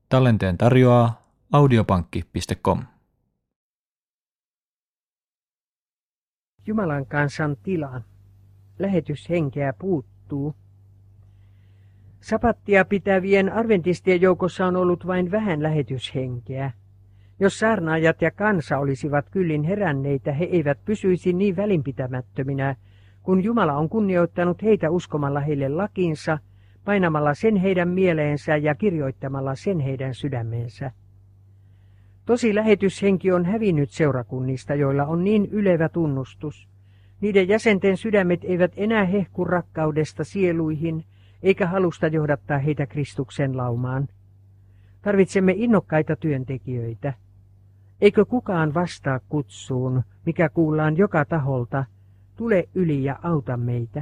Tallenteen tarjoaa audiopankki.com. Jumalan kansan tila. Lähetyshenkeä puuttuu. Sapattia pitävien adventistien joukossa on ollut vain vähän lähetyshenkeä. Jos saarnaajat ja kansa olisivat kyllin heränneitä, he eivät pysyisi niin välinpitämättöminä, kun Jumala on kunnioittanut heitä uskomalla heille lakinsa, painamalla sen heidän mieleensä ja kirjoittamalla sen heidän sydämensä. Tosi lähetyshenki on hävinnyt seurakunnista, joilla on niin ylevä tunnustus. Niiden jäsenten sydämet eivät enää hehku rakkaudesta sieluihin, eikä halusta johdattaa heitä Kristuksen laumaan. Tarvitsemme innokkaita työntekijöitä. Eikö kukaan vastaa kutsuun, mikä kuullaan joka taholta, tule yli ja auta meitä.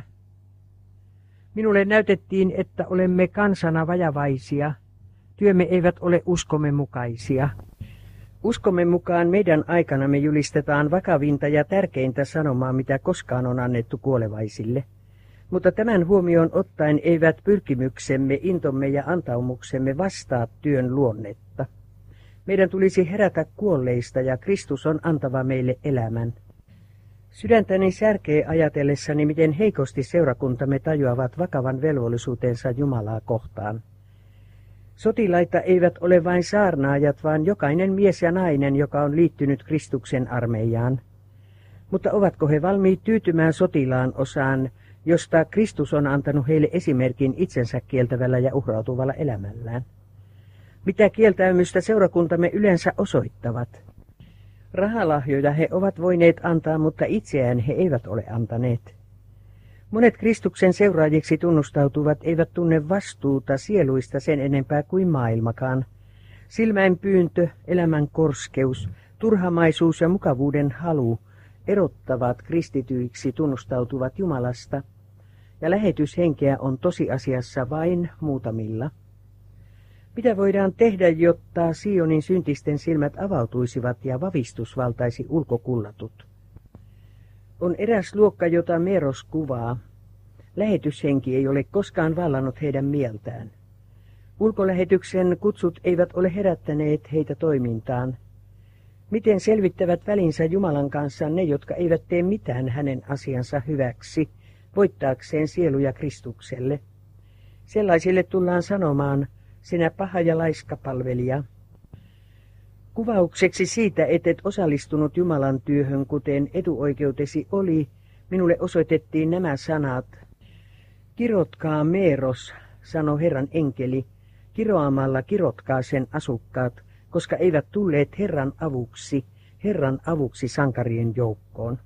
Minulle näytettiin, että olemme kansana vajavaisia. Työmme eivät ole uskomme mukaisia. Uskomme mukaan meidän aikanamme julistetaan vakavinta ja tärkeintä sanomaa, mitä koskaan on annettu kuolevaisille. Mutta tämän huomioon ottaen eivät pyrkimyksemme, intomme ja antaumuksemme vastaa työn luonnetta. Meidän tulisi herätä kuolleista ja Kristus on antava meille elämän. Sydäntäni särkee ajatellessani, miten heikosti seurakuntamme tajuavat vakavan velvollisuutensa Jumalaa kohtaan. Sotilaita eivät ole vain saarnaajat, vaan jokainen mies ja nainen, joka on liittynyt Kristuksen armeijaan. Mutta ovatko he valmiit tyytymään sotilaan osaan, josta Kristus on antanut heille esimerkin itsensä kieltävällä ja uhrautuvalla elämällään? Mitä kieltäymystä seurakuntamme yleensä osoittavat? Rahalahjoja he ovat voineet antaa, mutta itseään he eivät ole antaneet. Monet Kristuksen seuraajiksi tunnustautuvat eivät tunne vastuuta sieluista sen enempää kuin maailmakaan. Silmäinpyyntö, elämän korskeus, turhamaisuus ja mukavuuden halu erottavat kristityiksi tunnustautuvat Jumalasta, ja lähetyshenkeä on tosiasiassa vain muutamilla. Mitä voidaan tehdä, jotta Sionin syntisten silmät avautuisivat ja vavistus valtaisi ulkokullatut? On eräs luokka, jota Meros kuvaa. Lähetyshenki ei ole koskaan vallannut heidän mieltään. Ulkolähetyksen kutsut eivät ole herättäneet heitä toimintaan. Miten selvittävät välinsä Jumalan kanssa ne, jotka eivät tee mitään hänen asiansa hyväksi, voittaakseen sieluja Kristukselle? Sellaisille tullaan sanomaan, sinä paha ja laiska palvelija. Kuvaukseksi siitä, et osallistunut Jumalan työhön, kuten etuoikeutesi oli, minulle osoitettiin nämä sanat. Kirotkaa Meros, sanoi Herran enkeli, kiroamalla kirotkaa sen asukkaat, koska eivät tulleet Herran avuksi sankarien joukkoon.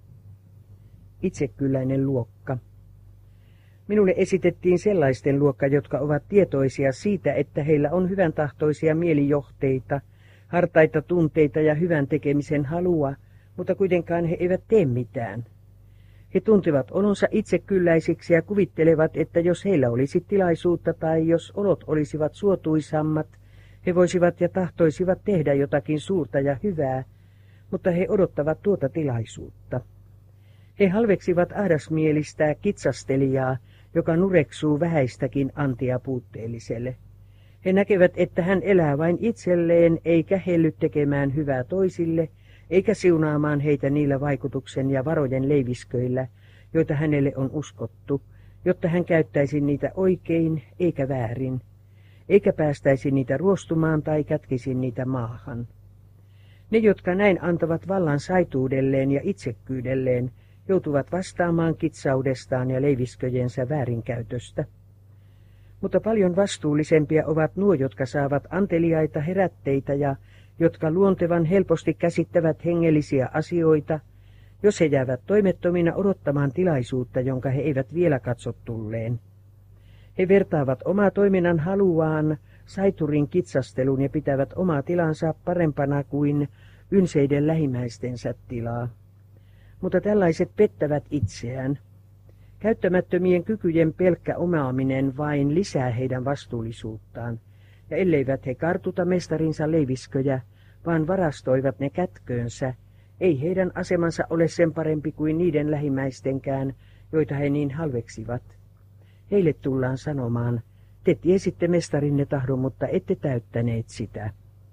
Itsekylläinen luokka. Minulle esitettiin sellaisten luokka, jotka ovat tietoisia siitä, että heillä on hyvän tahtoisia mielijohteita, hartaita tunteita ja hyvän tekemisen halua, mutta kuitenkaan he eivät tee mitään. He tuntevat olonsa itsekylläisiksi ja kuvittelevat, että jos heillä olisi tilaisuutta tai jos olot olisivat suotuisammat, he voisivat ja tahtoisivat tehdä jotakin suurta ja hyvää, mutta he odottavat tuota tilaisuutta. He halveksivat ahdasmielistä kitsastelijaa, joka nureksuu vähäistäkin antia puutteelliselle. He näkevät, että hän elää vain itselleen, eikä helly tekemään hyvää toisille, eikä siunaamaan heitä niillä vaikutuksen ja varojen leivisköillä, joita hänelle on uskottu, jotta hän käyttäisi niitä oikein eikä väärin, eikä päästäisi niitä ruostumaan tai kätkisi niitä maahan. Ne, jotka näin antavat vallan saituudelleen ja itsekkyydelleen, joutuvat vastaamaan kitsaudestaan ja leivisköjensä väärinkäytöstä. Mutta paljon vastuullisempia ovat nuo, jotka saavat anteliaita herätteitä ja jotka luontevan helposti käsittävät hengellisiä asioita, jos he jäävät toimettomina odottamaan tilaisuutta, jonka he eivät vielä katso tulleen. He vertaavat omaa toiminnan haluaan saiturin kitsastelun ja pitävät omaa tilansa parempana kuin ynseiden lähimmäistensä tilaa. Mutta tällaiset pettävät itseään. Käyttämättömien kykyjen pelkkä omaaminen vain lisää heidän vastuullisuuttaan, ja elleivät he kartuta mestarinsa leivisköjä, vaan varastoivat ne kätköönsä, ei heidän asemansa ole sen parempi kuin niiden lähimmäistenkään, joita he niin halveksivat. Heille tullaan sanomaan, Te tiesitte mestarinne tahdon, mutta ette täyttäneet sitä.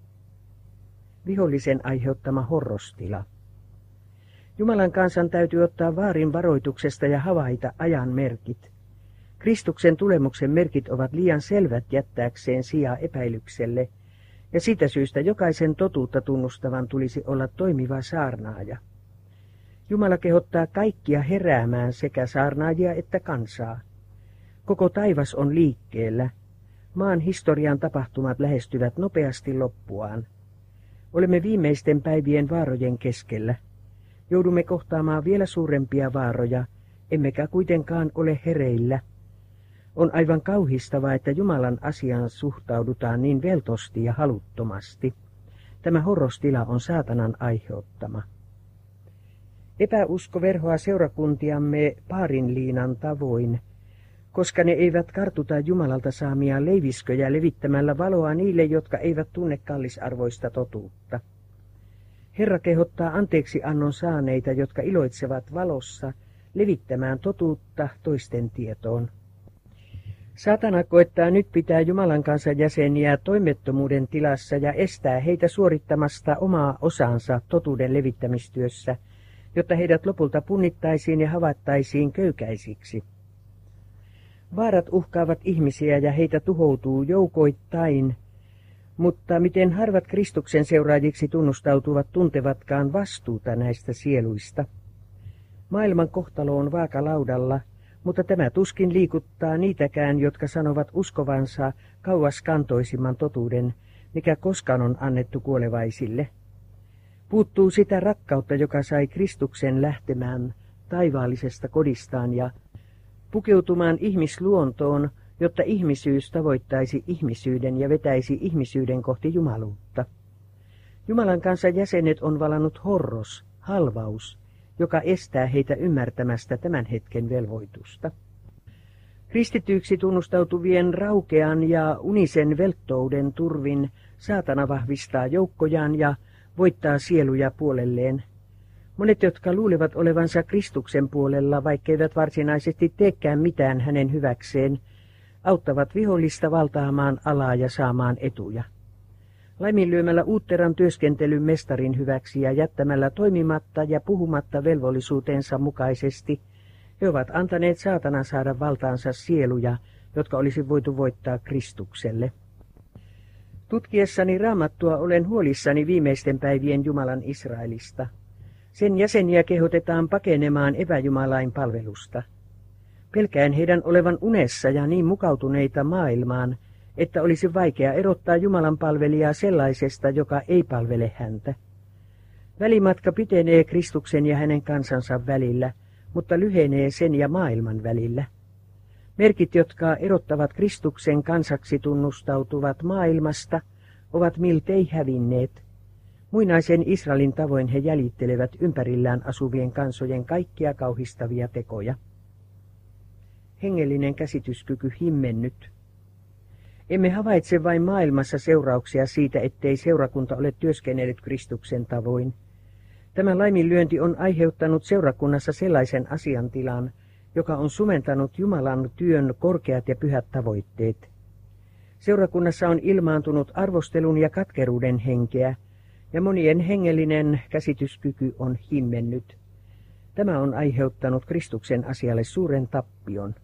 Vihollisen aiheuttama horrostila. Jumalan kansan täytyy ottaa vaarin varoituksesta ja havaita ajan merkit. Kristuksen tulemuksen merkit ovat liian selvät jättääkseen sijaa epäilykselle, ja siitä syystä jokaisen totuutta tunnustavan tulisi olla toimiva saarnaaja. Jumala kehottaa kaikkia heräämään, sekä saarnaajia että kansaa. Koko taivas on liikkeellä. Maan historian tapahtumat lähestyvät nopeasti loppuaan. Olemme viimeisten päivien vaarojen keskellä. Joudumme kohtaamaan vielä suurempia vaaroja, emmekä kuitenkaan ole hereillä. On aivan kauhistavaa, että Jumalan asiaan suhtaudutaan niin veltosti ja haluttomasti. Tämä horrostila on saatanan aiheuttama. Epäusko verhoaa seurakuntiamme paarinliinan tavoin, koska ne eivät kartuta Jumalalta saamia leivisköjä levittämällä valoa niille, jotka eivät tunne kallisarvoista totuutta. Herra kehottaa anteeksi annon saaneita, jotka iloitsevat valossa, levittämään totuutta toisten tietoon. Saatana koettaa nyt pitää Jumalan kansan jäseniä toimettomuuden tilassa ja estää heitä suorittamasta omaa osansa totuuden levittämistyössä, jotta heidät lopulta punnittaisiin ja havaittaisiin köykäisiksi. Vaarat uhkaavat ihmisiä ja heitä tuhoutuu joukoittain, mutta miten harvat Kristuksen seuraajiksi tunnustautuvat tuntevatkaan vastuuta näistä sieluista. Maailman kohtalo on vaakalaudalla, mutta tämä tuskin liikuttaa niitäkään, jotka sanovat uskovansa kauaskantoisimman totuuden, mikä koskaan on annettu kuolevaisille. Puuttuu sitä rakkautta, joka sai Kristuksen lähtemään taivaallisesta kodistaan ja pukeutumaan ihmisluontoon, jotta ihmisyys tavoittaisi ihmisyyden ja vetäisi ihmisyyden kohti jumaluutta. Jumalan kansan jäsenet on valannut horros, halvaus, joka estää heitä ymmärtämästä tämän hetken velvoitusta. Kristityiksi tunnustautuvien raukean ja unisen velttouden turvin saatana vahvistaa joukkojaan ja voittaa sieluja puolelleen. Monet, jotka luulevat olevansa Kristuksen puolella, vaikkeivät varsinaisesti teekään mitään hänen hyväkseen, auttavat vihollista valtaamaan alaa ja saamaan etuja. Laiminlyömällä uutteran työskentelyn mestarin hyväksi ja jättämällä toimimatta ja puhumatta velvollisuutensa mukaisesti, he ovat antaneet saatanan saada valtaansa sieluja, jotka olisi voitu voittaa Kristukselle. Tutkiessani Raamattua olen huolissani viimeisten päivien Jumalan Israelista. Sen jäseniä kehotetaan pakenemaan epäjumalain palvelusta. Pelkään heidän olevan unessa ja niin mukautuneita maailmaan, että olisi vaikea erottaa Jumalan palvelijaa sellaisesta, joka ei palvele häntä. Välimatka pitenee Kristuksen ja hänen kansansa välillä, mutta lyhenee sen ja maailman välillä. Merkit, jotka erottavat Kristuksen kansaksi tunnustautuvat maailmasta, ovat miltei hävinneet. Muinaisen Israelin tavoin he jäljittelevät ympärillään asuvien kansojen kaikkia kauhistavia tekoja. Hengellinen käsityskyky himmennyt. Emme havaitse vain maailmassa seurauksia siitä, ettei seurakunta ole työskennellyt Kristuksen tavoin. Tämä laiminlyönti on aiheuttanut seurakunnassa sellaisen asiantilan, joka on sumentanut Jumalan työn korkeat ja pyhät tavoitteet. Seurakunnassa on ilmaantunut arvostelun ja katkeruuden henkeä, ja monien hengellinen käsityskyky on himmennyt. Tämä on aiheuttanut Kristuksen asialle suuren tappion.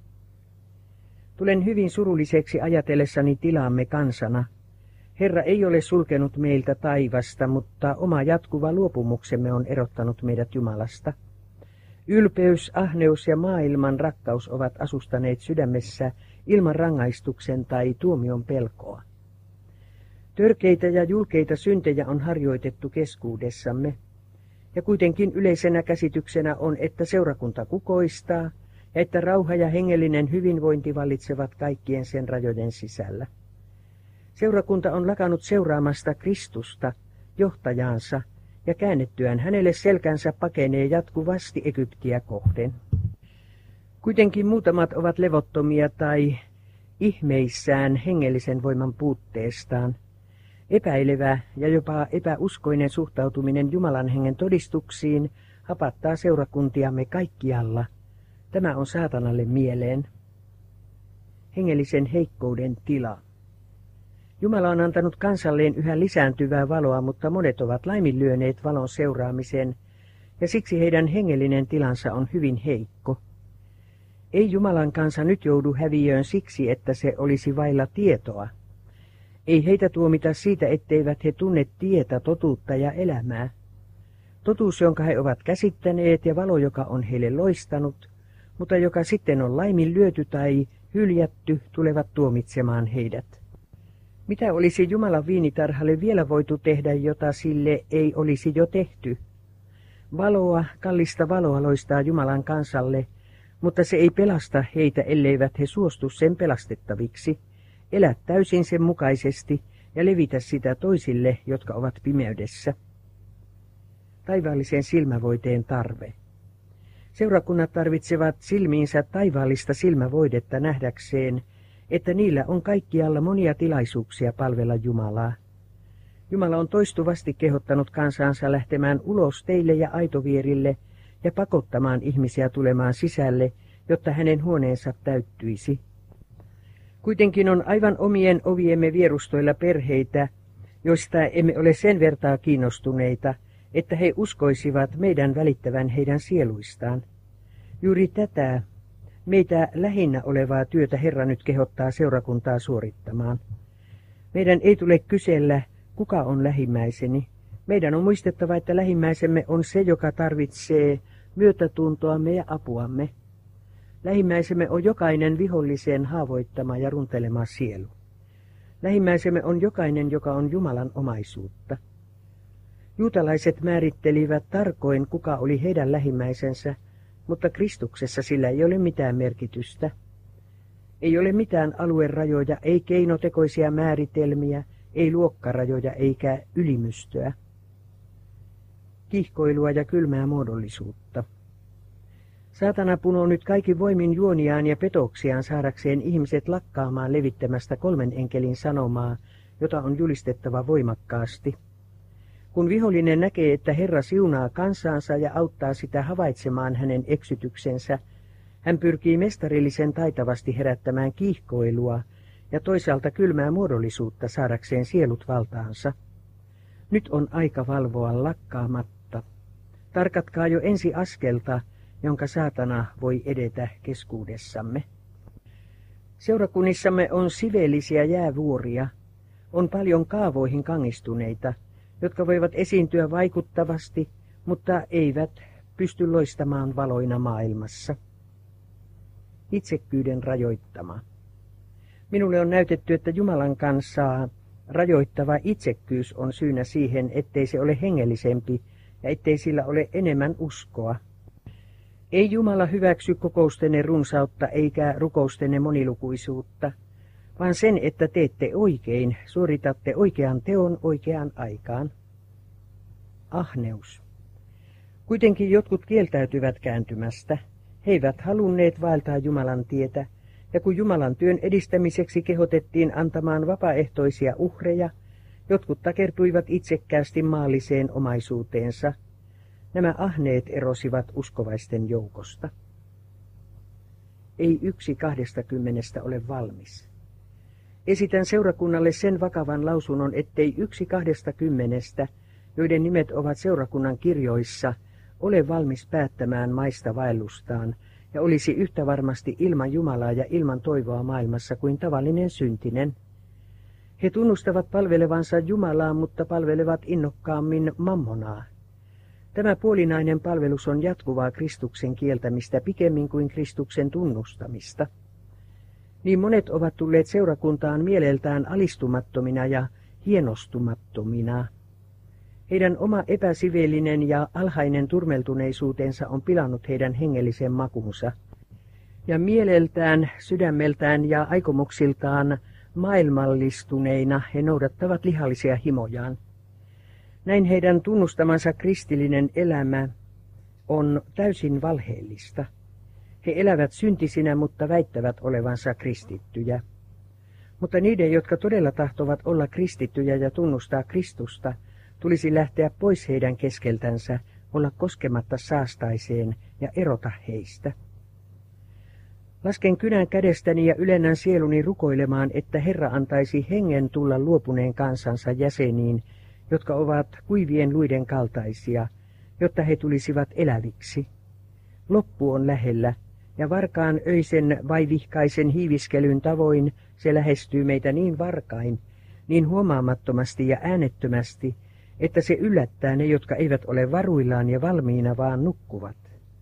Tulen hyvin surulliseksi ajatellessani tilaamme kansana. Herra ei ole sulkenut meiltä taivasta, mutta oma jatkuva luopumuksemme on erottanut meidät Jumalasta. Ylpeys, ahneus ja maailman rakkaus ovat asustaneet sydämessä ilman rangaistuksen tai tuomion pelkoa. Törkeitä ja julkeita syntejä on harjoitettu keskuudessamme, ja kuitenkin yleisenä käsityksenä on, että seurakunta kukoistaa ja että rauha ja hengellinen hyvinvointi vallitsevat kaikkien sen rajojen sisällä. Seurakunta on lakannut seuraamasta Kristusta, johtajaansa, ja käännettyään hänelle selkänsä pakenee jatkuvasti Egyptiä kohden. Kuitenkin muutamat ovat levottomia tai ihmeissään hengellisen voiman puutteestaan. Epäilevä ja jopa epäuskoinen suhtautuminen Jumalan hengen todistuksiin hapattaa seurakuntiamme kaikkialla. Tämä on saatanalle mieleen. hengellisen heikkouden tila. Jumala on antanut kansalleen yhä lisääntyvää valoa, mutta monet ovat laiminlyöneet valon seuraamisen, ja siksi heidän hengellinen tilansa on hyvin heikko. Ei Jumalan kansa nyt joudu häviöön siksi, että se olisi vailla tietoa. Ei heitä tuomita siitä, etteivät he tunne tietä, totuutta ja elämää. Totuus, jonka he ovat käsittäneet, ja valo, joka on heille loistanut, mutta joka sitten on laiminlyöty tai hyljätty, tulevat tuomitsemaan heidät. Mitä olisi Jumalan viinitarhalle vielä voitu tehdä, jota sille ei olisi jo tehty? Valoa, kallista valoa loistaa Jumalan kansalle, mutta se ei pelasta heitä, elleivät he suostu sen pelastettaviksi, elä täysin sen mukaisesti ja levitä sitä toisille, jotka ovat pimeydessä. Taivaallisen silmävoiteen tarve. Seurakunnat tarvitsevat silmiinsä taivaallista silmävoidetta nähdäkseen, että niillä on kaikkialla monia tilaisuuksia palvella Jumalaa. Jumala on toistuvasti kehottanut kansansa lähtemään ulos teille ja aitovierille ja pakottamaan ihmisiä tulemaan sisälle, jotta hänen huoneensa täyttyisi. Kuitenkin on aivan omien oviemme vierustoilla perheitä, joista emme ole sen vertaa kiinnostuneita, että he uskoisivat meidän välittävän heidän sieluistaan. Juuri tätä meitä lähinnä olevaa työtä Herra nyt kehottaa seurakuntaa suorittamaan. Meidän ei tule kysellä, kuka on lähimmäiseni. Meidän on muistettava, että lähimmäisemme on se, joka tarvitsee myötätuntoamme ja apuamme. Lähimmäisemme on jokainen viholliseen haavoittama ja runtelema sielu. Lähimmäisemme on jokainen, joka on Jumalan omaisuutta. Juutalaiset määrittelivät tarkoin, kuka oli heidän lähimmäisensä, mutta Kristuksessa sillä ei ole mitään merkitystä. Ei ole mitään aluerajoja, ei keinotekoisia määritelmiä, ei luokkarajoja eikä ylimystöä. Kiihkoilua ja kylmää muodollisuutta. Saatana punoo nyt kaikki voimin juoniaan ja petoksiaan saadakseen ihmiset lakkaamaan levittämästä 3 enkelin sanomaa, jota on julistettava voimakkaasti. Kun vihollinen näkee, että Herra siunaa kansaansa ja auttaa sitä havaitsemaan hänen eksytyksensä, hän pyrkii mestarillisen taitavasti herättämään kiihkoilua ja toisaalta kylmää muodollisuutta saadakseen sielut valtaansa. Nyt on aika valvoa lakkaamatta. Tarkatkaa jo ensi askelta, jonka saatana voi edetä keskuudessamme. Seurakunnissamme on siveellisiä jäävuoria, on paljon kaavoihin kangistuneita, jotka voivat esiintyä vaikuttavasti, mutta eivät pysty loistamaan valoina maailmassa. Itsekkyyden rajoittama. Minulle on näytetty, että Jumalan kansaa rajoittava itsekkyys on syynä siihen, ettei se ole hengellisempi ja ettei sillä ole enemmän uskoa. Ei Jumala hyväksy kokoustenne runsautta eikä rukoustenne monilukuisuutta, vaan sen, että teette oikein, suoritatte oikean teon oikeaan aikaan. Ahneus. Kuitenkin jotkut kieltäytyvät kääntymästä. He eivät halunneet vaeltaa Jumalan tietä, ja kun Jumalan työn edistämiseksi kehotettiin antamaan vapaaehtoisia uhreja, jotkut takertuivat itsekkäästi maalliseen omaisuuteensa. Nämä ahneet erosivat uskovaisten joukosta. Ei 1 20 ole valmis. Esitän seurakunnalle sen vakavan lausunnon, ettei 1 20, joiden nimet ovat seurakunnan kirjoissa, ole valmis päättämään maista vaellustaan ja olisi yhtä varmasti ilman Jumalaa ja ilman toivoa maailmassa kuin tavallinen syntinen. He tunnustavat palvelevansa Jumalaa, mutta palvelevat innokkaammin mammonaa. Tämä puolinainen palvelus on jatkuvaa Kristuksen kieltämistä pikemmin kuin Kristuksen tunnustamista. Niin monet ovat tulleet seurakuntaan mieleltään alistumattomina ja hienostumattomina. Heidän oma epäsiveellinen ja alhainen turmeltuneisuutensa on pilannut heidän hengellisen makunsa. Ja mieleltään, sydämeltään ja aikomuksiltaan maailmallistuneina he noudattavat lihallisia himojaan. Näin heidän tunnustamansa kristillinen elämä on täysin valheellista. He elävät syntisinä, mutta väittävät olevansa kristittyjä. Mutta niiden, jotka todella tahtovat olla kristittyjä ja tunnustaa Kristusta, tulisi lähteä pois heidän keskeltänsä, olla koskematta saastaiseen ja erota heistä. Lasken kynän kädestäni ja ylennän sieluni rukoilemaan, että Herra antaisi hengen tulla luopuneen kansansa jäseniin, jotka ovat kuivien luiden kaltaisia, jotta he tulisivat eläviksi. Loppu on lähellä, ja varkaan öisen vaivihkaisen hiiviskelyn tavoin se lähestyy meitä niin varkain, niin huomaamattomasti ja äänettömästi, että se yllättää ne, jotka eivät ole varuillaan ja valmiina, vaan nukkuvat.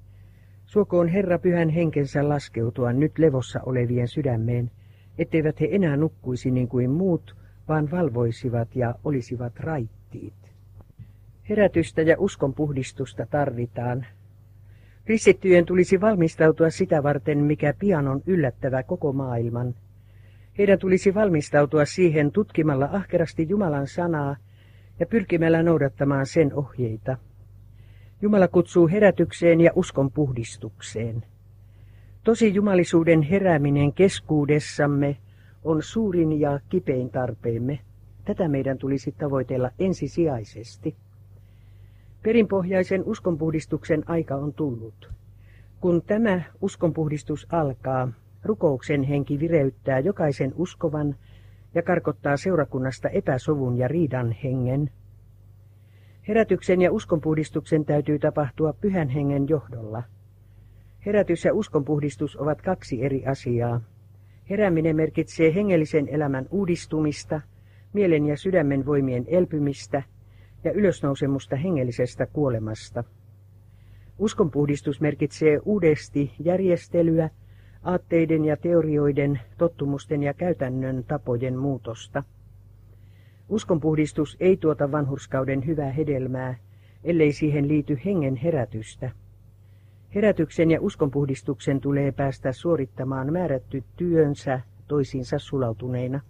Suokoon Herra pyhän henkensä laskeutua nyt levossa olevien sydämeen, etteivät he enää nukkuisi niin kuin muut, vaan valvoisivat ja olisivat raittiit. Herätystä ja uskonpuhdistusta tarvitaan. Kristittyjen tulisi valmistautua sitä varten, mikä pian on yllättävä koko maailman. Heidän tulisi valmistautua siihen tutkimalla ahkerasti Jumalan sanaa ja pyrkimällä noudattamaan sen ohjeita. Jumala kutsuu herätykseen ja uskon puhdistukseen. Tosi jumalisuuden herääminen keskuudessamme on suurin ja kipein tarpeemme. Tätä meidän tulisi tavoitella ensisijaisesti. Perinpohjaisen uskonpuhdistuksen aika on tullut. Kun tämä uskonpuhdistus alkaa, rukouksen henki vireyttää jokaisen uskovan ja karkottaa seurakunnasta epäsovun ja riidan hengen. Herätyksen ja uskonpuhdistuksen täytyy tapahtua pyhän hengen johdolla. Herätys ja uskonpuhdistus ovat kaksi eri asiaa. Herääminen merkitsee hengellisen elämän uudistumista, mielen ja sydämen voimien elpymistä ja ylösnousemusta hengellisestä kuolemasta. Uskonpuhdistus merkitsee uudesti järjestelyä, aatteiden ja teorioiden, tottumusten ja käytännön tapojen muutosta. Uskonpuhdistus ei tuota vanhurskauden hyvää hedelmää, ellei siihen liity hengen herätystä. Herätyksen ja uskonpuhdistuksen tulee päästä suorittamaan määrätty työnsä toisiinsa sulautuneina.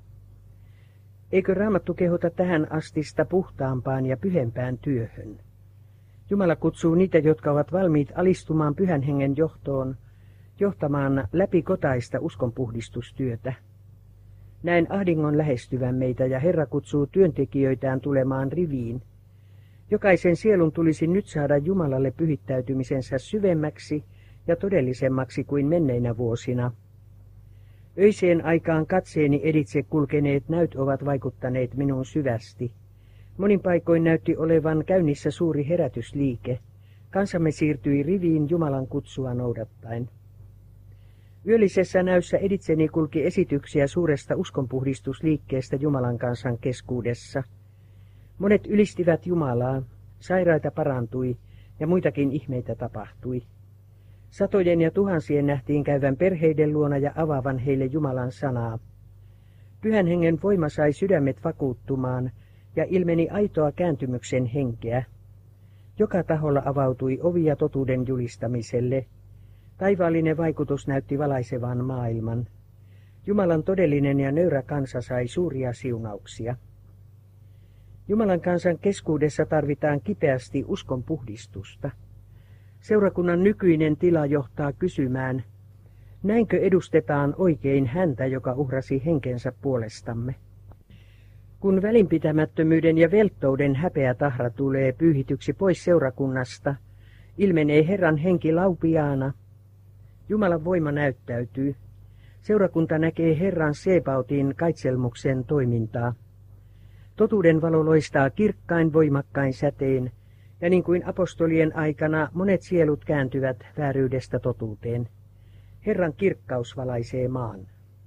Eikö Raamattu kehota tähän astista puhtaampaan ja pyhempään työhön? Jumala kutsuu niitä, jotka ovat valmiit alistumaan pyhän hengen johtoon, johtamaan läpikotaista uskonpuhdistustyötä. Näin ahdingon lähestyvän meitä ja Herra kutsuu työntekijöitään tulemaan riviin. Jokaisen sielun tulisi nyt saada Jumalalle pyhittäytymisensä syvemmäksi ja todellisemmaksi kuin menneinä vuosina. Öiseen aikaan katseeni editse kulkeneet näyt ovat vaikuttaneet minuun syvästi. Monin paikoin näytti olevan käynnissä suuri herätysliike. Kansamme siirtyi riviin Jumalan kutsua noudattaen. Yöllisessä näyssä editseni kulki esityksiä suuresta uskonpuhdistusliikkeestä Jumalan kansan keskuudessa. Monet ylistivät Jumalaa, sairaita parantui ja muitakin ihmeitä tapahtui. Satojen ja tuhansien nähtiin käyvän perheiden luona ja avaavan heille Jumalan sanaa. Pyhän hengen voima sai sydämet vakuuttumaan ja ilmeni aitoa kääntymyksen henkeä. Joka taholla avautui ovia totuuden julistamiselle. Taivaallinen vaikutus näytti valaisevan maailman. Jumalan todellinen ja nöyrä kansa sai suuria siunauksia. Jumalan kansan keskuudessa tarvitaan kipeästi uskon puhdistusta. Seurakunnan nykyinen tila johtaa kysymään, näinkö edustetaan oikein häntä, joka uhrasi henkensä puolestamme? Kun välinpitämättömyyden ja velttouden häpeä tahra tulee pyyhityksi pois seurakunnasta, ilmenee Herran henki laupiaana. Jumalan voima näyttäytyy. Seurakunta näkee Herran Seebautin kaitselmuksen toimintaa. Totuuden valo loistaa kirkkain voimakkain sätein, ja niin kuin apostolien aikana monet sielut kääntyvät vääryydestä totuuteen. Herran kirkkaus valaisee maan.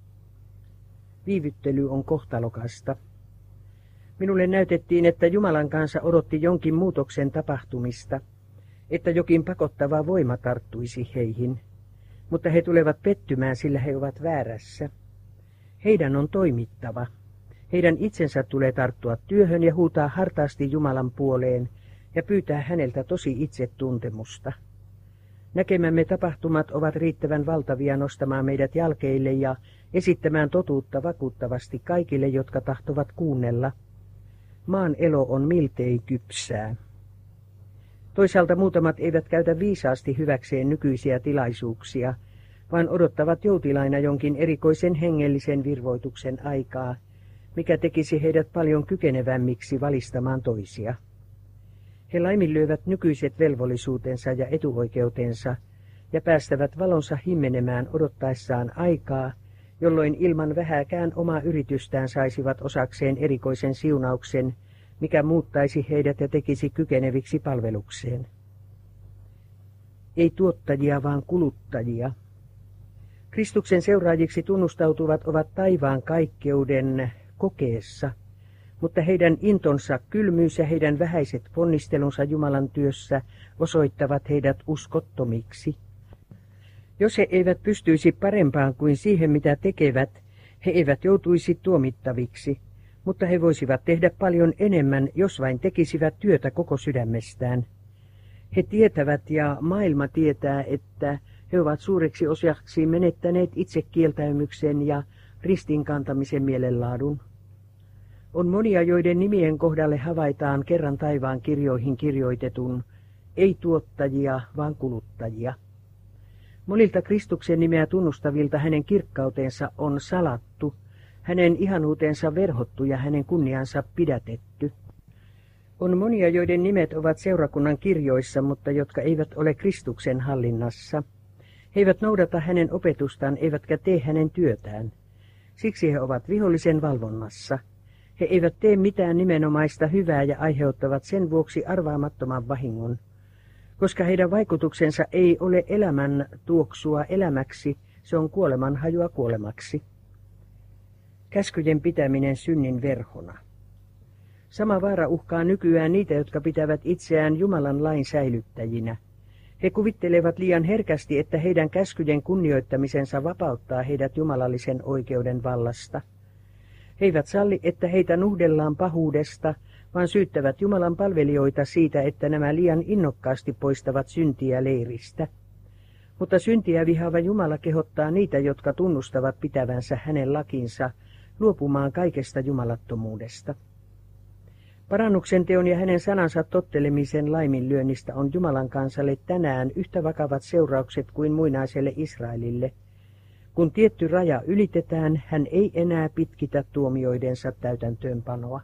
Viivyttely on kohtalokasta. Minulle näytettiin, että Jumalan kansa odotti jonkin muutoksen tapahtumista, että jokin pakottava voima tarttuisi heihin. Mutta he tulevat pettymään, sillä he ovat väärässä. Heidän on toimittava. Heidän itsensä tulee tarttua työhön ja huutaa hartaasti Jumalan puoleen ja pyytää häneltä tosi itsetuntemusta. Näkemämme tapahtumat ovat riittävän valtavia nostamaan meidät jalkeille ja esittämään totuutta vakuuttavasti kaikille, jotka tahtovat kuunnella. Maan elo on miltei kypsää. Toisaalta muutamat eivät käytä viisaasti hyväkseen nykyisiä tilaisuuksia, vaan odottavat joutilaina jonkin erikoisen hengellisen virvoituksen aikaa, mikä tekisi heidät paljon kykenevämmiksi valistamaan toisia. He laiminlyövät nykyiset velvollisuutensa ja etuoikeutensa ja päästävät valonsa himmenemään odottaessaan aikaa, jolloin ilman vähääkään omaa yritystään saisivat osakseen erikoisen siunauksen, mikä muuttaisi heidät ja tekisi kykeneviksi palvelukseen. Ei tuottajia, vaan kuluttajia. Kristuksen seuraajiksi tunnustautuvat ovat taivaan kaikkeuden kokeessa, mutta heidän intonsa kylmyys ja heidän vähäiset ponnistelunsa Jumalan työssä osoittavat heidät uskottomiksi. Jos he eivät pystyisi parempaan kuin siihen, mitä tekevät, he eivät joutuisi tuomittaviksi, mutta he voisivat tehdä paljon enemmän, jos vain tekisivät työtä koko sydämestään. He tietävät ja maailma tietää, että he ovat suureksi osaksi menettäneet itsekieltäymyksen ja ristinkantamisen mielenlaadun. On monia, joiden nimien kohdalle havaitaan kerran taivaan kirjoihin kirjoitetun, ei tuottajia, vaan kuluttajia. Monilta Kristuksen nimeä tunnustavilta hänen kirkkautensa on salattu, hänen ihanuutensa verhottu ja hänen kunniansa pidätetty. On monia, joiden nimet ovat seurakunnan kirjoissa, mutta jotka eivät ole Kristuksen hallinnassa. He eivät noudata hänen opetustaan, eivätkä tee hänen työtään. Siksi he ovat vihollisen valvonnassa. He eivät tee mitään nimenomaista hyvää ja aiheuttavat sen vuoksi arvaamattoman vahingon. Koska heidän vaikutuksensa ei ole elämän tuoksua elämäksi, se on kuoleman hajua kuolemaksi. Käskyjen pitäminen synnin verhona. Sama vaara uhkaa nykyään niitä, jotka pitävät itseään Jumalan lain säilyttäjinä. He kuvittelevat liian herkästi, että heidän käskyjen kunnioittamisensa vapauttaa heidät jumalallisen oikeuden vallasta. He eivät salli, että heitä nuhdellaan pahuudesta, vaan syyttävät Jumalan palvelijoita siitä, että nämä liian innokkaasti poistavat syntiä leiristä. Mutta syntiä vihaava Jumala kehottaa niitä, jotka tunnustavat pitävänsä hänen lakinsa, luopumaan kaikesta jumalattomuudesta. Parannuksen teon ja hänen sanansa tottelemisen laiminlyönnistä on Jumalan kansalle tänään yhtä vakavat seuraukset kuin muinaiselle Israelille. Kun tietty raja ylitetään, hän ei enää pitkitä tuomioidensa täytäntöönpanoa.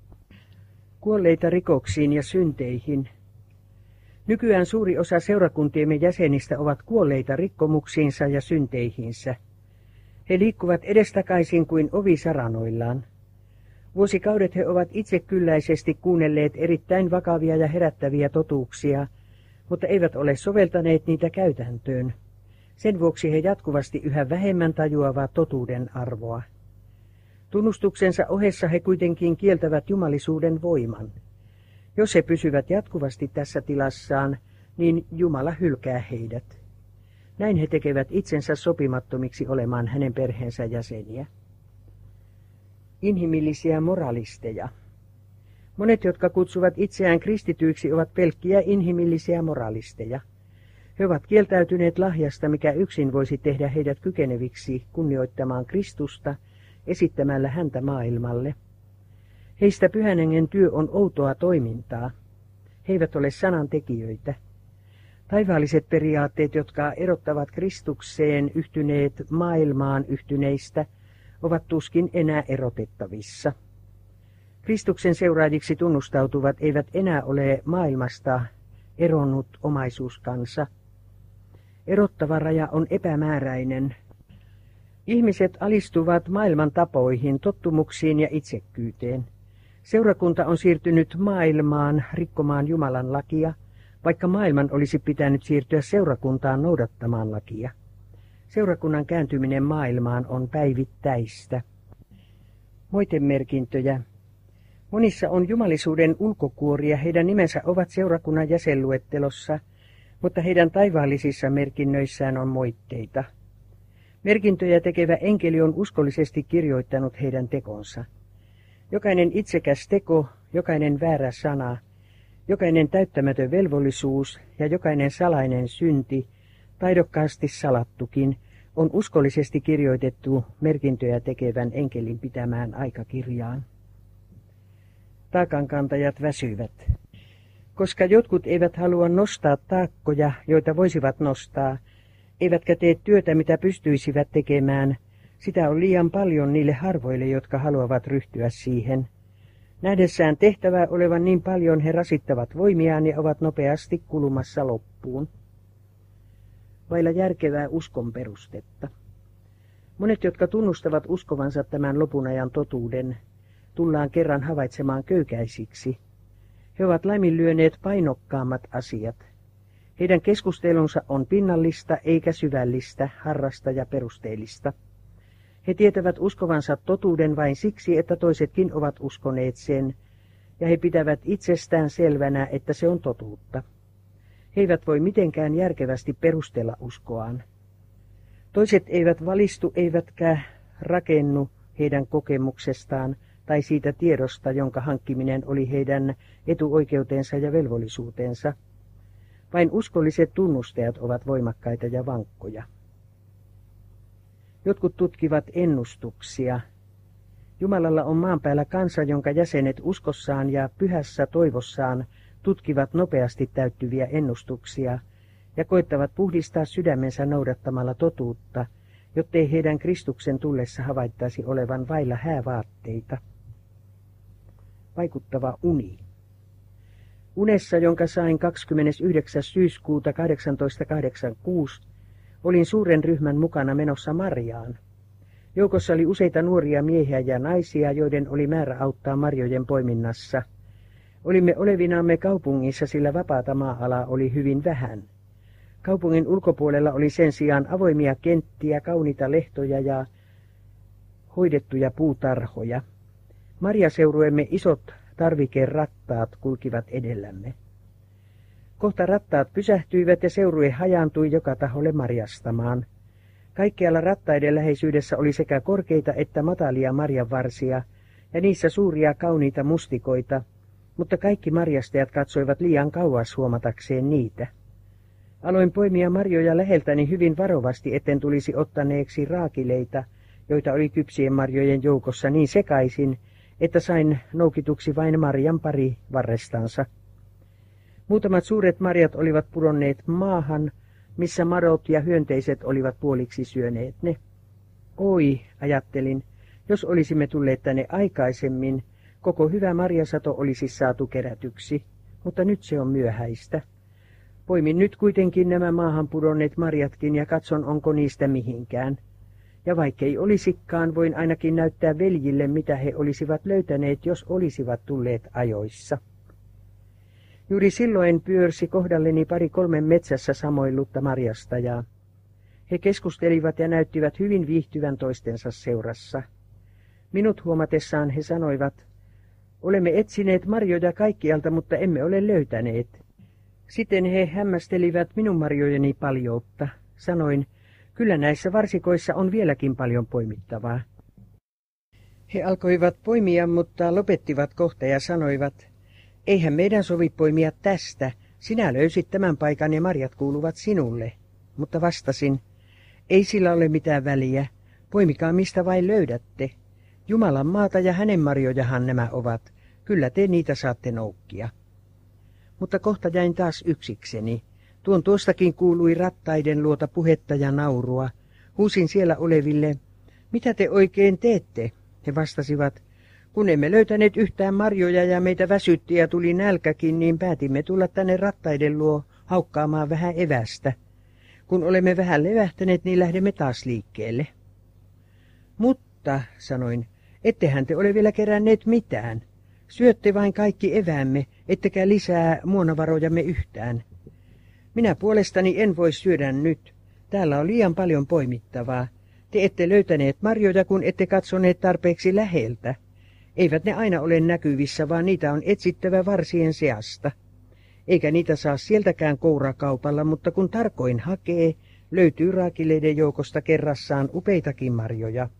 Kuolleita rikoksiin ja synteihin. Nykyään suuri osa seurakuntiemme jäsenistä ovat kuolleita rikkomuksiinsa ja synteihinsä. He liikkuvat edestakaisin kuin ovisaranoillaan. Vuosikaudet he ovat itsekylläisesti kuunnelleet erittäin vakavia ja herättäviä totuuksia, mutta eivät ole soveltaneet niitä käytäntöön. Sen vuoksi he jatkuvasti yhä vähemmän tajuavat totuuden arvoa. Tunnustuksensa ohessa he kuitenkin kieltävät jumalisuuden voiman. Jos he pysyvät jatkuvasti tässä tilassaan, niin Jumala hylkää heidät. Näin he tekevät itsensä sopimattomiksi olemaan hänen perheensä jäseniä. Inhimillisiä moralisteja. Monet, jotka kutsuvat itseään kristityiksi, ovat pelkkiä inhimillisiä moralisteja. He ovat kieltäytyneet lahjasta, mikä yksin voisi tehdä heidät kykeneviksi kunnioittamaan Kristusta esittämällä häntä maailmalle. Heistä Pyhän Hengen työ on outoa toimintaa. He eivät ole sanantekijöitä. Taivaalliset periaatteet, jotka erottavat Kristukseen yhtyneet maailmaan yhtyneistä, ovat tuskin enää erotettavissa. Kristuksen seuraajiksi tunnustautuvat eivät enää ole maailmasta eronnut omaisuuskansa. Erottava raja on epämääräinen. Ihmiset alistuvat maailman tapoihin, tottumuksiin ja itsekkyyteen. Seurakunta on siirtynyt maailmaan rikkomaan Jumalan lakia, vaikka maailman olisi pitänyt siirtyä seurakuntaan noudattamaan lakia. Seurakunnan kääntyminen maailmaan on päivittäistä. Moitemerkintöjä. Monissa on jumalisuuden ulkokuoria, heidän nimensä ovat seurakunnan jäsenluettelossa, mutta heidän taivaallisissa merkinnöissään on moitteita. Merkintöjä tekevä enkeli on uskollisesti kirjoittanut heidän tekonsa. Jokainen itsekäs teko, jokainen väärä sana, jokainen täyttämätön velvollisuus ja jokainen salainen synti, taidokkaasti salattukin, on uskollisesti kirjoitettu merkintöjä tekevän enkelin pitämään aikakirjaan. Taakankantajat väsyvät. Koska jotkut eivät halua nostaa taakkoja, joita voisivat nostaa, eivätkä tee työtä, mitä pystyisivät tekemään, sitä on liian paljon niille harvoille, jotka haluavat ryhtyä siihen. Nähdessään tehtävää olevan niin paljon he rasittavat voimiaan ja ovat nopeasti kulumassa loppuun. vailla järkevää uskon perustetta. Monet, jotka tunnustavat uskovansa tämän lopun ajan totuuden, tullaan kerran havaitsemaan köykäisiksi. He ovat laiminlyöneet painokkaammat asiat. Heidän keskustelunsa on pinnallista eikä syvällistä, harrasta ja perusteellista. He tietävät uskovansa totuuden vain siksi, että toisetkin ovat uskoneet sen, ja he pitävät itsestään selvänä, että se on totuutta. He eivät voi mitenkään järkevästi perustella uskoaan. Toiset eivät valistu eivätkä rakennu heidän kokemuksestaan tai siitä tiedosta, jonka hankkiminen oli heidän etuoikeutensa ja velvollisuutensa. Vain uskolliset tunnustajat ovat voimakkaita ja vankkoja. Jotkut tutkivat ennustuksia. Jumalalla on maan päällä kansa, jonka jäsenet uskossaan ja pyhässä toivossaan tutkivat nopeasti täyttyviä ennustuksia ja koettavat puhdistaa sydämensä noudattamalla totuutta, jottei heidän Kristuksen tullessa havaittaisi olevan vailla häävaatteita. Vaikuttava uni. Unessa, jonka sain 29. syyskuuta 1886, olin suuren ryhmän mukana menossa marjaan. Joukossa oli useita nuoria miehiä ja naisia, joiden oli määrä auttaa marjojen poiminnassa. Olimme olevinaamme kaupungissa, sillä vapaata maa-alaa oli hyvin vähän. Kaupungin ulkopuolella oli sen sijaan avoimia kenttiä, kauniita lehtoja ja hoidettuja puutarhoja. Marjaseuruemme isot tarvikerattaat kulkivat edellämme. Kohta rattaat pysähtyivät ja seurue hajaantui joka taholle marjastamaan. Kaikkialla rattaiden läheisyydessä oli sekä korkeita että matalia marjanvarsia ja niissä suuria kauniita mustikoita, mutta kaikki marjastajat katsoivat liian kauas huomatakseen niitä. Aloin poimia marjoja läheltäni hyvin varovasti, etten tulisi ottaneeksi raakileita, joita oli kypsien marjojen joukossa niin sekaisin, että sain noukituksi vain marjan pari varrestansa. Muutamat suuret marjat olivat pudonneet maahan, missä madot ja hyönteiset olivat puoliksi syöneet ne. Oi, ajattelin, jos olisimme tulleet tänne aikaisemmin, koko hyvä marjasato olisi saatu kerätyksi, mutta nyt se on myöhäistä. Poimin nyt kuitenkin nämä maahan pudonneet marjatkin ja katson, onko niistä mihinkään. Ja vaikkei olisikaan, voin ainakin näyttää veljille, mitä he olisivat löytäneet, jos olisivat tulleet ajoissa. Juuri silloin pyörsi kohdalleni 2-3 metsässä samoillutta marjastajaa. He keskustelivat ja näyttivät hyvin viihtyvän toistensa seurassa. Minut huomatessaan he sanoivat, olemme etsineet marjoja kaikkialta, mutta emme ole löytäneet. Sitten he hämmästelivät minun marjojeni paljoutta. Sanoin, kyllä näissä varsikoissa on vieläkin paljon poimittavaa. He alkoivat poimia, mutta lopettivat kohta ja sanoivat, eihän meidän sovi poimia tästä, sinä löysit tämän paikan ja marjat kuuluvat sinulle. Mutta vastasin, ei sillä ole mitään väliä, poimikaa mistä vain löydätte. Jumalan maata ja hänen marjojahan nämä ovat, kyllä te niitä saatte noukkia. Mutta kohta jäin taas yksikseni. Tuostakin kuului rattaiden luota puhetta ja naurua. Huusin siellä oleville, mitä te oikein teette? He vastasivat, kun emme löytäneet yhtään marjoja ja meitä väsytti ja tuli nälkäkin, niin päätimme tulla tänne rattaiden luo haukkaamaan vähän evästä. Kun olemme vähän levähtäneet, niin lähdemme taas liikkeelle. Mutta, sanoin, ettehän te ole vielä keränneet mitään. Syötte vain kaikki eväämme, ettekä lisää muonavarojamme yhtään. Minä puolestani en voi syödä nyt. Täällä on liian paljon poimittavaa. Te ette löytäneet marjoja, kun ette katsoneet tarpeeksi läheltä. Eivät ne aina ole näkyvissä, vaan niitä on etsittävä varsien seasta. Eikä niitä saa sieltäkään kourakaupalla, mutta kun tarkoin hakee, löytyy raakileiden joukosta kerrassaan upeitakin marjoja.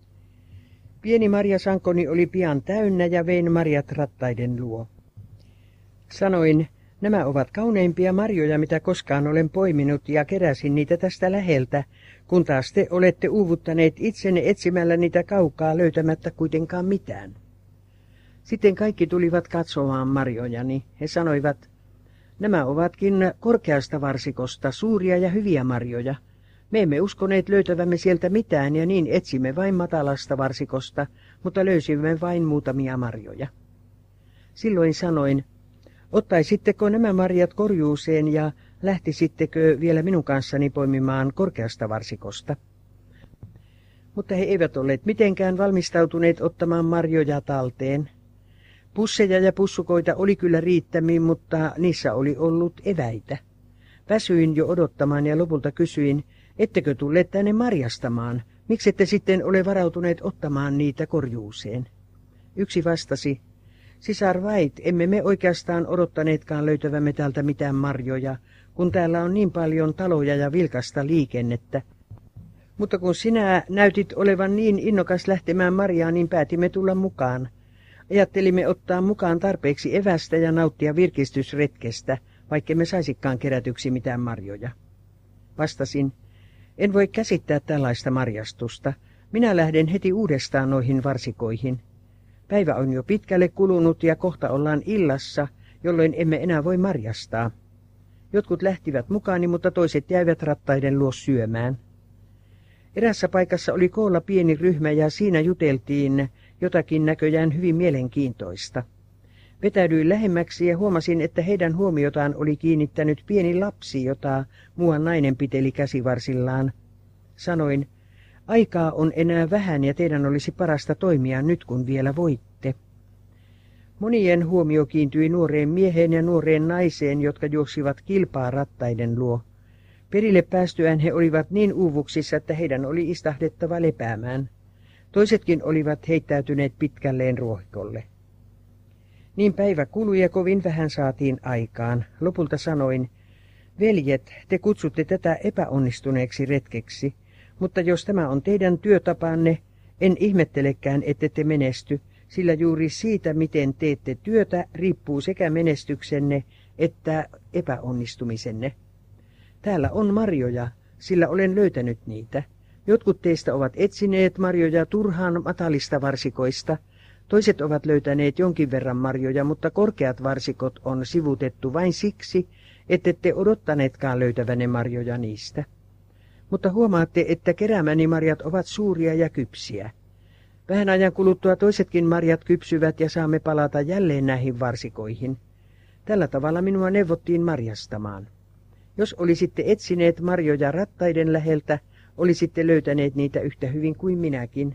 Pieni marjasankoni oli pian täynnä ja vein marjat rattaiden luo. Sanoin, nämä ovat kauneimpia marjoja, mitä koskaan olen poiminut, ja keräsin niitä tästä läheltä, kun taas te olette uuvuttaneet itsenne etsimällä niitä kaukaa löytämättä kuitenkaan mitään. Sitten kaikki tulivat katsomaan marjojani. He sanoivat, nämä ovatkin korkeasta varsikosta, suuria ja hyviä marjoja. Me emme uskoneet löytävämme sieltä mitään ja niin etsimme vain matalasta varsikosta, mutta löysimme vain muutamia marjoja. Silloin sanoin, ottaisitteko nämä marjat korjuuseen ja Lähtisittekö vielä minun kanssani poimimaan korkeasta varsikosta? Mutta he eivät olleet mitenkään valmistautuneet ottamaan marjoja talteen. Pusseja ja pussukoita oli kyllä riittämiin, mutta niissä oli ollut eväitä. Väsyin jo odottamaan ja lopulta kysyin, ettekö tulleet tänne marjastamaan, miksette sitten ole varautuneet ottamaan niitä korjuuseen? Yksi vastasi, sisar Vait, emme me oikeastaan odottaneetkaan löytävämme täältä mitään marjoja, kun täällä on niin paljon taloja ja vilkasta liikennettä. Mutta kun sinä näytit olevan niin innokas lähtemään marjaan, niin päätimme tulla mukaan. Ajattelimme ottaa mukaan tarpeeksi evästä ja nauttia virkistysretkestä, vaikka me saisikaan kerätyksi mitään marjoja. Vastasin, en voi käsittää tällaista marjastusta. Minä lähden heti uudestaan noihin varsikoihin. Päivä on jo pitkälle kulunut ja kohta ollaan illassa, jolloin emme enää voi marjastaa. Jotkut lähtivät mukaani, mutta toiset jäivät rattaiden luo syömään. Erässä paikassa oli koolla pieni ryhmä ja siinä juteltiin jotakin näköjään hyvin mielenkiintoista. Vetäydyin lähemmäksi ja huomasin, että heidän huomiotaan oli kiinnittänyt pieni lapsi, jota muuan nainen piteli käsivarsillaan. Sanoin, aikaa on enää vähän ja teidän olisi parasta toimia nyt, kun vielä voitte. Monien huomio kiintyi nuoreen mieheen ja nuoreen naiseen, jotka juoksivat kilpaa rattaiden luo. Perille päästyään he olivat niin uuvuksissa, että heidän oli istahdettava lepäämään. Toisetkin olivat heittäytyneet pitkälleen ruohikolle. Niin päivä kului ja kovin vähän saatiin aikaan. Lopulta sanoin, veljet, te kutsutte tätä epäonnistuneeksi retkeksi, mutta jos tämä on teidän työtapanne, en ihmettelekään, ette te menesty, sillä juuri siitä, miten teette työtä, riippuu sekä menestyksenne että epäonnistumisenne. Täällä on marjoja, sillä olen löytänyt niitä. Jotkut teistä ovat etsineet marjoja turhaan matalista varsikoista, toiset ovat löytäneet jonkin verran marjoja, mutta korkeat varsikot on sivutettu vain siksi, ettette odottaneetkaan löytävänne marjoja niistä. Mutta huomaatte, että keräämäni marjat ovat suuria ja kypsiä. Vähän ajan kuluttua toisetkin marjat kypsyvät ja saamme palata jälleen näihin varsikoihin. Tällä tavalla minua neuvottiin marjastamaan. Jos olisitte etsineet marjoja rattaiden läheltä, olisitte löytäneet niitä yhtä hyvin kuin minäkin.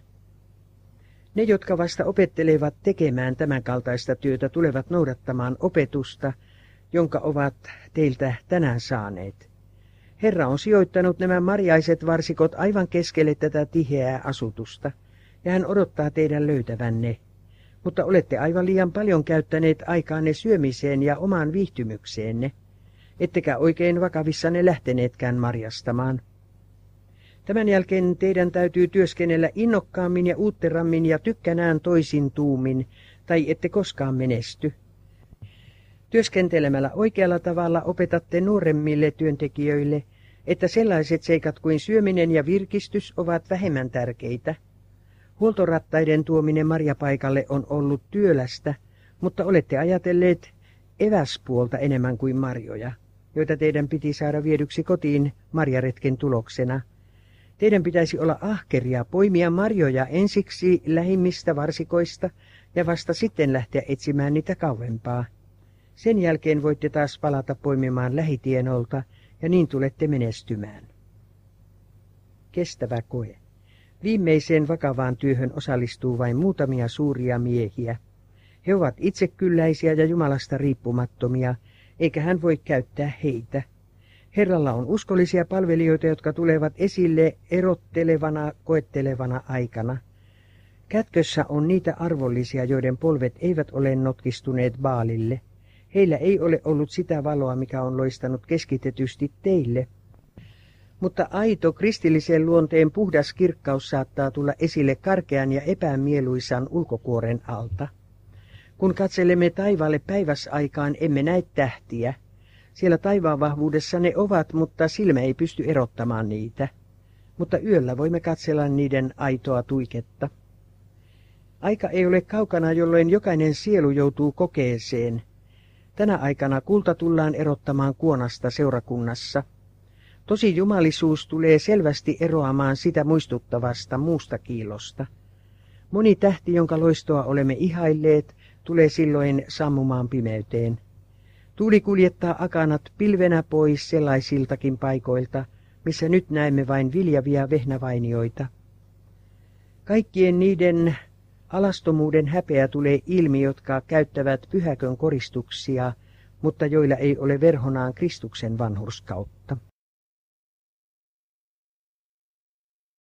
Ne, jotka vasta opettelevat tekemään tämän kaltaista työtä, tulevat noudattamaan opetusta, jonka ovat teiltä tänään saaneet. Herra on sijoittanut nämä marjaiset varsikot aivan keskelle tätä tiheää asutusta, ja hän odottaa teidän löytävänne. Mutta olette aivan liian paljon käyttäneet aikaanne syömiseen ja omaan viihtymykseenne, ettekä oikein vakavissanne lähteneetkään marjastamaan. Tämän jälkeen teidän täytyy työskennellä innokkaammin ja uutterammin ja tykkänään toisin tuumin, tai ette koskaan menesty. Työskentelemällä oikealla tavalla opetatte nuoremmille työntekijöille, että sellaiset seikat kuin syöminen ja virkistys ovat vähemmän tärkeitä. Huoltorattaiden tuominen marjapaikalle on ollut työlästä, mutta olette ajatelleet eväspuolta enemmän kuin marjoja, joita teidän piti saada viedyksi kotiin marjaretken tuloksena. Teidän pitäisi olla ahkeria, poimia marjoja ensiksi lähimmistä varsikoista ja vasta sitten lähteä etsimään niitä kauempaa. Sen jälkeen voitte taas palata poimimaan lähitienolta ja niin tulette menestymään. Kestävä koe. Viimeiseen vakavaan työhön osallistuu vain muutamia suuria miehiä. He ovat itsekylläisiä ja Jumalasta riippumattomia, eikä hän voi käyttää heitä. Herralla on uskollisia palvelijoita, jotka tulevat esille erottelevana, koettelevana aikana. Kätkössä on niitä arvollisia, joiden polvet eivät ole notkistuneet Baalille. Heillä ei ole ollut sitä valoa, mikä on loistanut keskitetysti teille. Mutta aito kristillisen luonteen puhdas kirkkaus saattaa tulla esille karkean ja epämieluisan ulkokuoren alta. Kun katselemme taivaalle päiväsaikaan, emme näe tähtiä. Siellä taivaan vahvuudessa ne ovat, mutta silmä ei pysty erottamaan niitä. Mutta yöllä voimme katsella niiden aitoa tuiketta. Aika ei ole kaukana, jolloin jokainen sielu joutuu kokeeseen. Tänä aikana kulta tullaan erottamaan kuonasta seurakunnassa. Tosi jumalisuus tulee selvästi eroamaan sitä muistuttavasta muusta kiilosta. Moni tähti, jonka loistoa olemme ihailleet, tulee silloin sammumaan pimeyteen. Tuuli kuljettaa akanat pilvenä pois sellaisiltakin paikoilta, missä nyt näemme vain viljavia vehnävainioita. Kaikkien niiden alastomuuden häpeä tulee ilmi, jotka käyttävät pyhäkön koristuksia, mutta joilla ei ole verhonaan Kristuksen vanhurskautta.